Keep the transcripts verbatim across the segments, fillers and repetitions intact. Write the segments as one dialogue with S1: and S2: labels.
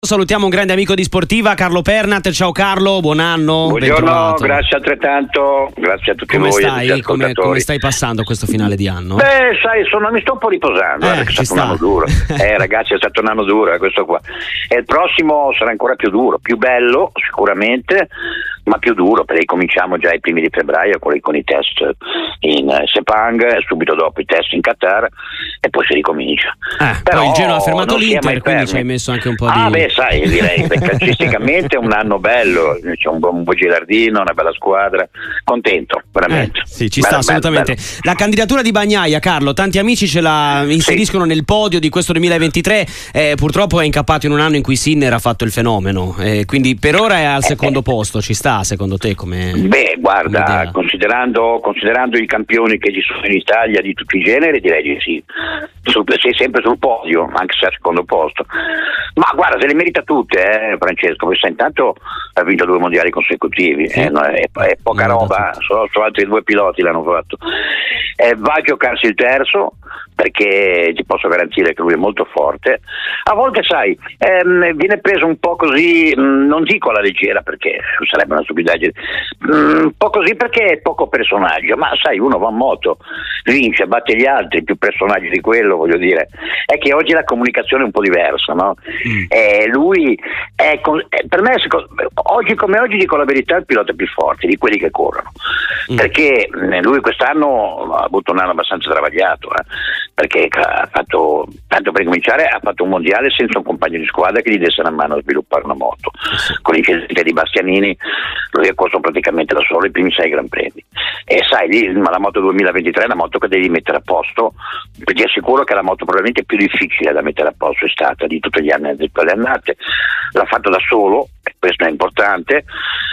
S1: Salutiamo un grande amico di Sportiva, Carlo Pernat. Ciao Carlo, buon anno.
S2: Buongiorno, grazie altrettanto, grazie a tutti
S1: come
S2: voi.
S1: Stai? Come, come stai passando questo finale di anno?
S2: Beh, sai, sono, mi sto un po' riposando,
S1: eh,
S2: è stato
S1: sta.
S2: un anno duro. Eh ragazzi, è stato un anno duro, eh, questo qua. E il prossimo sarà ancora più duro, più bello sicuramente, ma più duro, perché cominciamo già i primi di febbraio con i, con i test in eh, Sepang, subito dopo i test in Qatar e poi si ricomincia.
S1: Eh,
S2: Però
S1: poi il Genoa ha fermato l'Inter, quindi
S2: fermi.
S1: ci hai messo anche un po'
S2: ah,
S1: di...
S2: beh, sai, direi, calcisticamente è un anno bello, c'è un buon, un buon Gilardino, una bella squadra, contento, veramente.
S1: Eh, sì, ci
S2: bello,
S1: sta assolutamente.
S2: Bello, bello.
S1: La candidatura di Bagnaia, Carlo, tanti amici ce la inseriscono sì. nel podio di questo duemilaventitré, eh, purtroppo è incappato in un anno in cui Sinner ha fatto il fenomeno, eh, quindi per ora è al secondo eh, posto, ci sta secondo te come...
S2: Beh, guarda, considerando, considerando i campioni che ci sono in Italia di tutti i generi, direi di sì. Sul, sei sempre sul podio, anche se al secondo posto. Ma guarda, se le merita tutte, eh, Francesco, perché intanto ha vinto due mondiali consecutivi, sì. eh, no, è, è poca no, roba, solo, solo altri due piloti l'hanno fatto. Eh, va a giocarsi il terzo, perché ti posso garantire che lui è molto forte. A volte, sai, ehm, viene preso un po' così, mh, non dico alla leggera perché sarebbe una stupidaggine, mh, un po' così perché è poco personaggio, ma sai, uno va a moto, vince, batte gli altri, più personaggi di quello, voglio dire. È che oggi la comunicazione è un po' diversa, no? Mm. Eh, lui è, con, è per me, oggi come oggi, dico la verità, è il pilota più forte di quelli che corrono, mm. perché lui quest'anno ha avuto un anno abbastanza travagliato, eh? perché ha fatto, tanto per cominciare, ha fatto un mondiale senza un compagno di squadra che gli desse una mano a sviluppare una moto. Sì. Con l'incidente di Bastianini lui ha corso praticamente da solo i primi sei Gran Premi, e sai, lì, ma la moto duemilaventitré è una moto che devi mettere a posto, ti assicuro che è la moto probabilmente più difficile da mettere a posto, è stata di tutti gli anni di quelle annate. L'ha fatto da solo, questo è importante.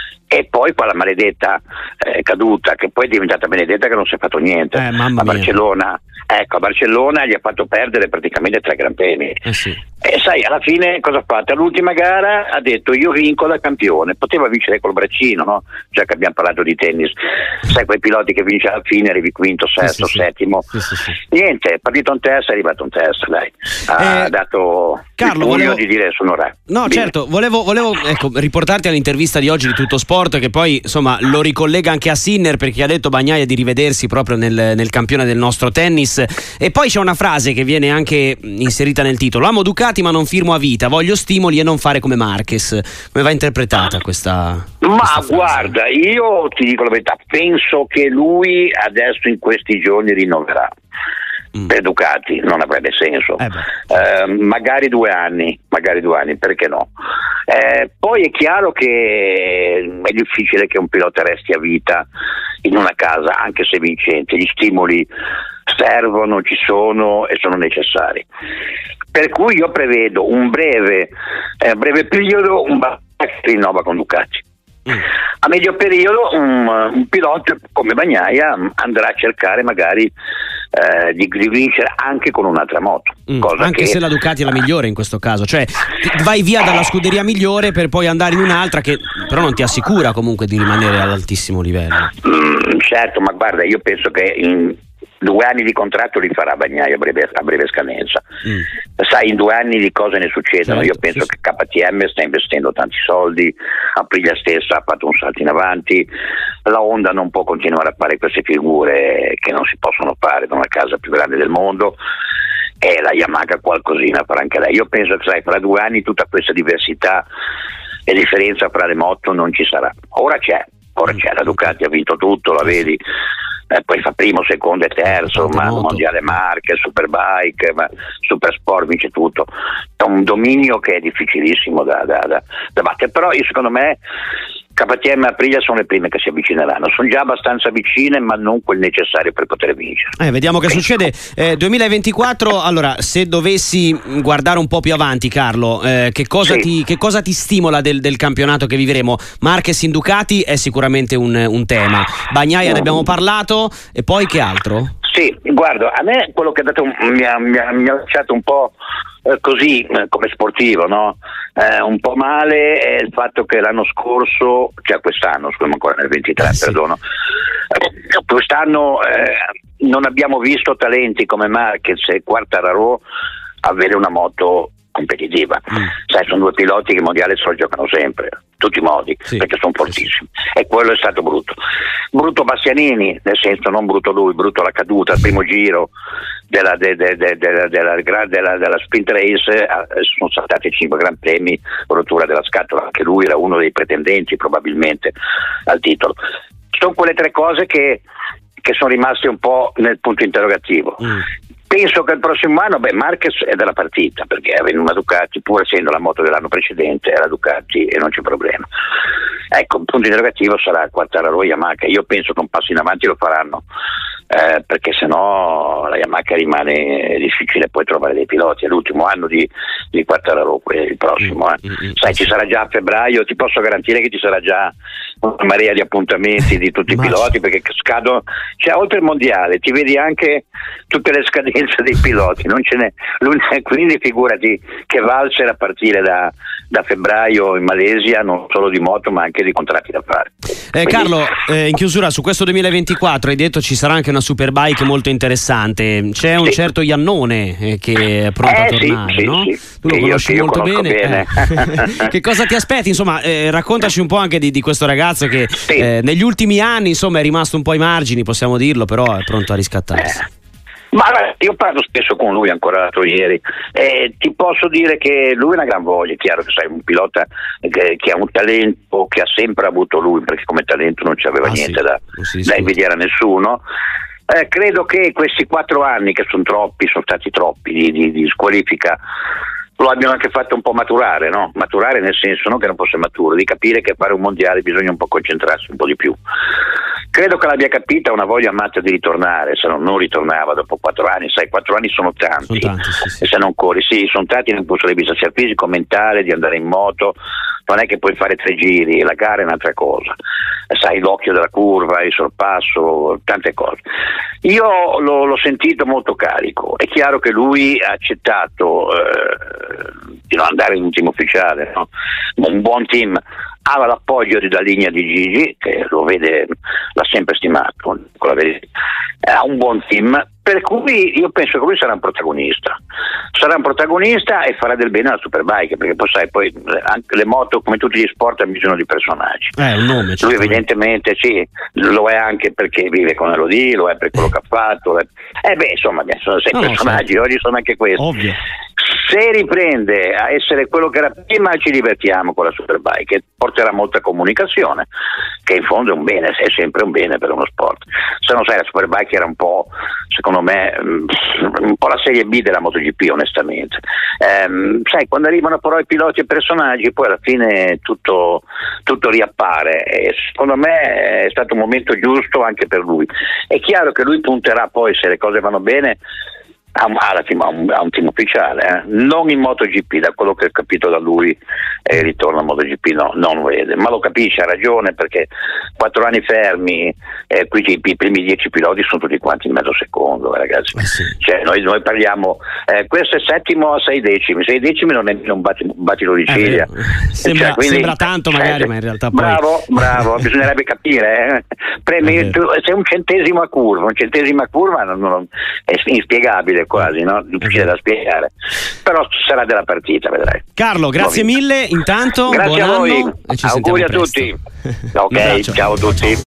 S2: E poi quella maledetta eh, caduta, che poi è diventata benedetta, che non si è fatto niente
S1: eh,
S2: a Barcellona. Ecco, a Barcellona gli ha fatto perdere praticamente tre Gran Premi.
S1: Eh sì.
S2: E sai, alla fine cosa ha fatto? All'ultima gara ha detto: io vinco da campione. Poteva vincere col braccino, no? Già che abbiamo parlato di tennis, sai, quei piloti che vince alla fine, arrivi quinto, sesto,
S1: sì, sì,
S2: settimo.
S1: Sì, sì, sì.
S2: Niente, è partito un test, è arrivato un test, dai. Ha
S1: eh,
S2: dato
S1: Carlo,
S2: il
S1: volevo...
S2: di dire sono re.
S1: No,
S2: Bene.
S1: certo, volevo, volevo ecco, riportarti all'intervista di oggi di Tutto Sport, che poi insomma lo ricollega anche a Sinner, perché ha detto Bagnaia di rivedersi proprio nel, nel campione del nostro tennis. E poi c'è una frase che viene anche inserita nel titolo: amo Ducati ma non firmo a vita, voglio stimoli e non fare come Marquez. Come va interpretata questa,
S2: ma
S1: questa
S2: guarda, io ti dico la verità, penso che lui adesso in questi giorni rinnoverà. Mm. Per Ducati non avrebbe senso,
S1: eh
S2: eh, magari due anni, magari due anni, perché no? Eh, poi è chiaro che è difficile che un pilota resti a vita in una casa, anche se vincente. Gli stimoli servono, ci sono e sono necessari. Per cui io prevedo un breve, eh, breve periodo, un che rinnova con Ducati. A medio periodo un, un pilota come Bagnaia andrà a cercare magari eh, di, di vincere anche con un'altra moto,
S1: mm,
S2: cosa
S1: anche
S2: che,
S1: se la Ducati è la migliore in questo caso, cioè vai via dalla scuderia migliore per poi andare in un'altra che però non ti assicura comunque di rimanere all'altissimo livello.
S2: Mm, certo, ma guarda, io penso che in due anni di contratto li farà Bagnaia a breve, a breve scadenza. Mm. Sai, in due anni di cose ne succedono.
S1: Certo,
S2: io penso
S1: sì,
S2: che K T M sta investendo tanti soldi, Aprilia stessa ha fatto un salto in avanti, la Honda non può continuare a fare queste figure che non si possono fare da una casa più grande del mondo, e la Yamaha qualcosina farà anche lei. Io penso che, sai, fra due anni tutta questa diversità e differenza fra le moto non ci sarà. Ora c'è, ora c'è, la Ducati ha vinto tutto, la vedi. Eh, poi fa primo, secondo e terzo, ma mondiale marche, superbike, ma super sport, vince tutto. È un dominio che è difficilissimo da, da, da, da battere, però io secondo me K T M e Aprilia sono le prime che si avvicineranno, sono già abbastanza vicine ma non quel necessario per poter vincere.
S1: Eh, vediamo che
S2: Penso.
S1: succede. eh, duemilaventiquattro, allora, se dovessi guardare un po' più avanti, Carlo, eh, che, cosa
S2: sì.
S1: ti, che cosa ti stimola del, del campionato che vivremo? Marquez in Ducati è sicuramente un, un tema, Bagnaia ne abbiamo parlato, e poi che altro?
S2: Sì, guarda, a me quello che ha dato mi ha, mi ha, mi ha lasciato un po' eh, così eh, come sportivo, no? Eh, un po' male è il fatto che l'anno scorso, cioè quest'anno, siamo ancora nel ventitré, sì. perdono, eh, quest'anno eh, non abbiamo visto talenti come Marquez e Quartararo avere una moto competitiva. Mm. Sai, sono due piloti che i mondiali se lo giocano sempre, tutti i modi, sì, perché sono fortissimi, sì, sì. E quello è stato brutto. Brutto Bastianini, nel senso non brutto lui, brutto la caduta al primo giro della, de, de, de, de, della, della, della sprint race, eh, sono saltati cinque gran premi, rottura della scatola, anche lui era uno dei pretendenti probabilmente al titolo. Sono quelle tre cose che, che sono rimaste un po' nel punto interrogativo. Mm. Penso che il prossimo anno, beh, Marquez è della partita, perché avendo una Ducati, pur essendo la moto dell'anno precedente, è la Ducati e non c'è problema. Ecco, il punto interrogativo sarà Quartararo e Yamaha. Io penso che un passo in avanti lo faranno, eh, perché sennò la Yamaha rimane difficile poi trovare dei piloti. È l'ultimo anno di, di Quartararo, il prossimo. Eh. Mm-hmm. Sai, ci sarà già a febbraio, ti posso garantire che ci sarà già una marea di appuntamenti di tutti i piloti, perché scadono, cioè oltre il mondiale ti vedi anche tutte le scadenze dei piloti, non ce n'è, quindi figurati che valzer a partire da, da febbraio in Malesia, non solo di moto ma anche di contratti da fare.
S1: eh, quindi... Carlo, eh, in chiusura su questo duemilaventiquattro hai detto ci sarà anche una superbike molto interessante, c'è un sì. certo Iannone eh, che è pronto
S2: eh,
S1: a tornare,
S2: sì,
S1: no?
S2: Sì, sì.
S1: Tu lo
S2: io,
S1: conosci
S2: io
S1: molto bene,
S2: bene.
S1: Eh. Che cosa ti aspetti? Insomma, eh, raccontaci un po' anche di, di questo ragazzo che sì. eh, negli ultimi anni insomma è rimasto un po' ai margini, possiamo dirlo, però è pronto a riscattarsi.
S2: Eh. Ma io parlo spesso con lui, ancora l'altro ieri, e ti posso dire che lui ha una gran voglia. È chiaro che sei un pilota che, che ha un talento che ha sempre avuto lui, perché come talento non c'aveva ah, niente sì. da, sì, da invidiare a nessuno. Eh, credo che questi quattro anni, che sono troppi, sono stati troppi di, di, di squalifica, lo abbiano anche fatto un po' maturare, no? Maturare nel senso non che non fosse maturo, di capire che fare un mondiale bisogna un po' concentrarsi un po' di più. Credo che l'abbia capita, una voglia matta di ritornare, se non, non ritornava dopo quattro anni, sai, quattro anni sono tanti, sono tanti sì, sì. E se non corri, sì, sono tanti dal punto di vista sia fisico, mentale, di andare in moto, non è che puoi fare tre giri, la gara è un'altra cosa, sai, l'occhio della curva, il sorpasso, tante cose. Io l'ho, l'ho sentito molto carico, è chiaro che lui ha accettato eh, di non andare in un team ufficiale, no? Un buon team, ha l'appoggio della linea di Gigi, che lo vede, l'ha sempre stimato, con la verità. Ha un buon team, per cui io penso che lui sarà un protagonista, sarà un protagonista e farà del bene alla Superbike, perché poi sai, poi anche le moto come tutti gli sport hanno bisogno di personaggi.
S1: Eh, un nome,
S2: lui evidentemente sì, lo è anche perché vive con Elodie, lo è per quello che ha fatto, e eh beh insomma sono sei no, personaggi, no, oggi sono anche questi.
S1: Ovvio.
S2: Se riprende a essere quello che era prima ci divertiamo con la Superbike, che porterà molta comunicazione, che in fondo è un bene, è sempre un bene per uno sport. Se non sai, la Superbike era un po', secondo me, un po' la serie B della MotoGP, onestamente. Ehm, sai, quando arrivano però i piloti e i personaggi, poi alla fine tutto, tutto riappare, e secondo me è stato un momento giusto anche per lui. È chiaro che lui punterà poi, se le cose vanno bene, a un, a un, a un team ufficiale, eh? Non in MotoGP, da quello che ho capito da lui, eh, il ritorno a MotoGP no, non lo vede, ma lo capisce, ha ragione, perché quattro anni fermi, eh, qui i, i primi dieci piloti sono tutti quanti in mezzo secondo, eh, ragazzi. Eh sì. Cioè, noi, noi parliamo, eh, questo è settimo a sei decimi, sei decimi non è un battito di ciglia.
S1: Eh, sembra, cioè, quindi, sembra tanto magari, eh, ma in realtà poi...
S2: Bravo, bravo, bisognerebbe capire, eh. Premi, tu, se un centesimo a curva, un centesimo a curva non, non, è inspiegabile quasi, no? Difficile da spiegare, però sarà della partita, vedrai.
S1: Carlo, grazie mille intanto,
S2: grazie
S1: buon
S2: a voi,
S1: anno e ci
S2: auguri a
S1: presto.
S2: tutti. Ok, ciao a tutti.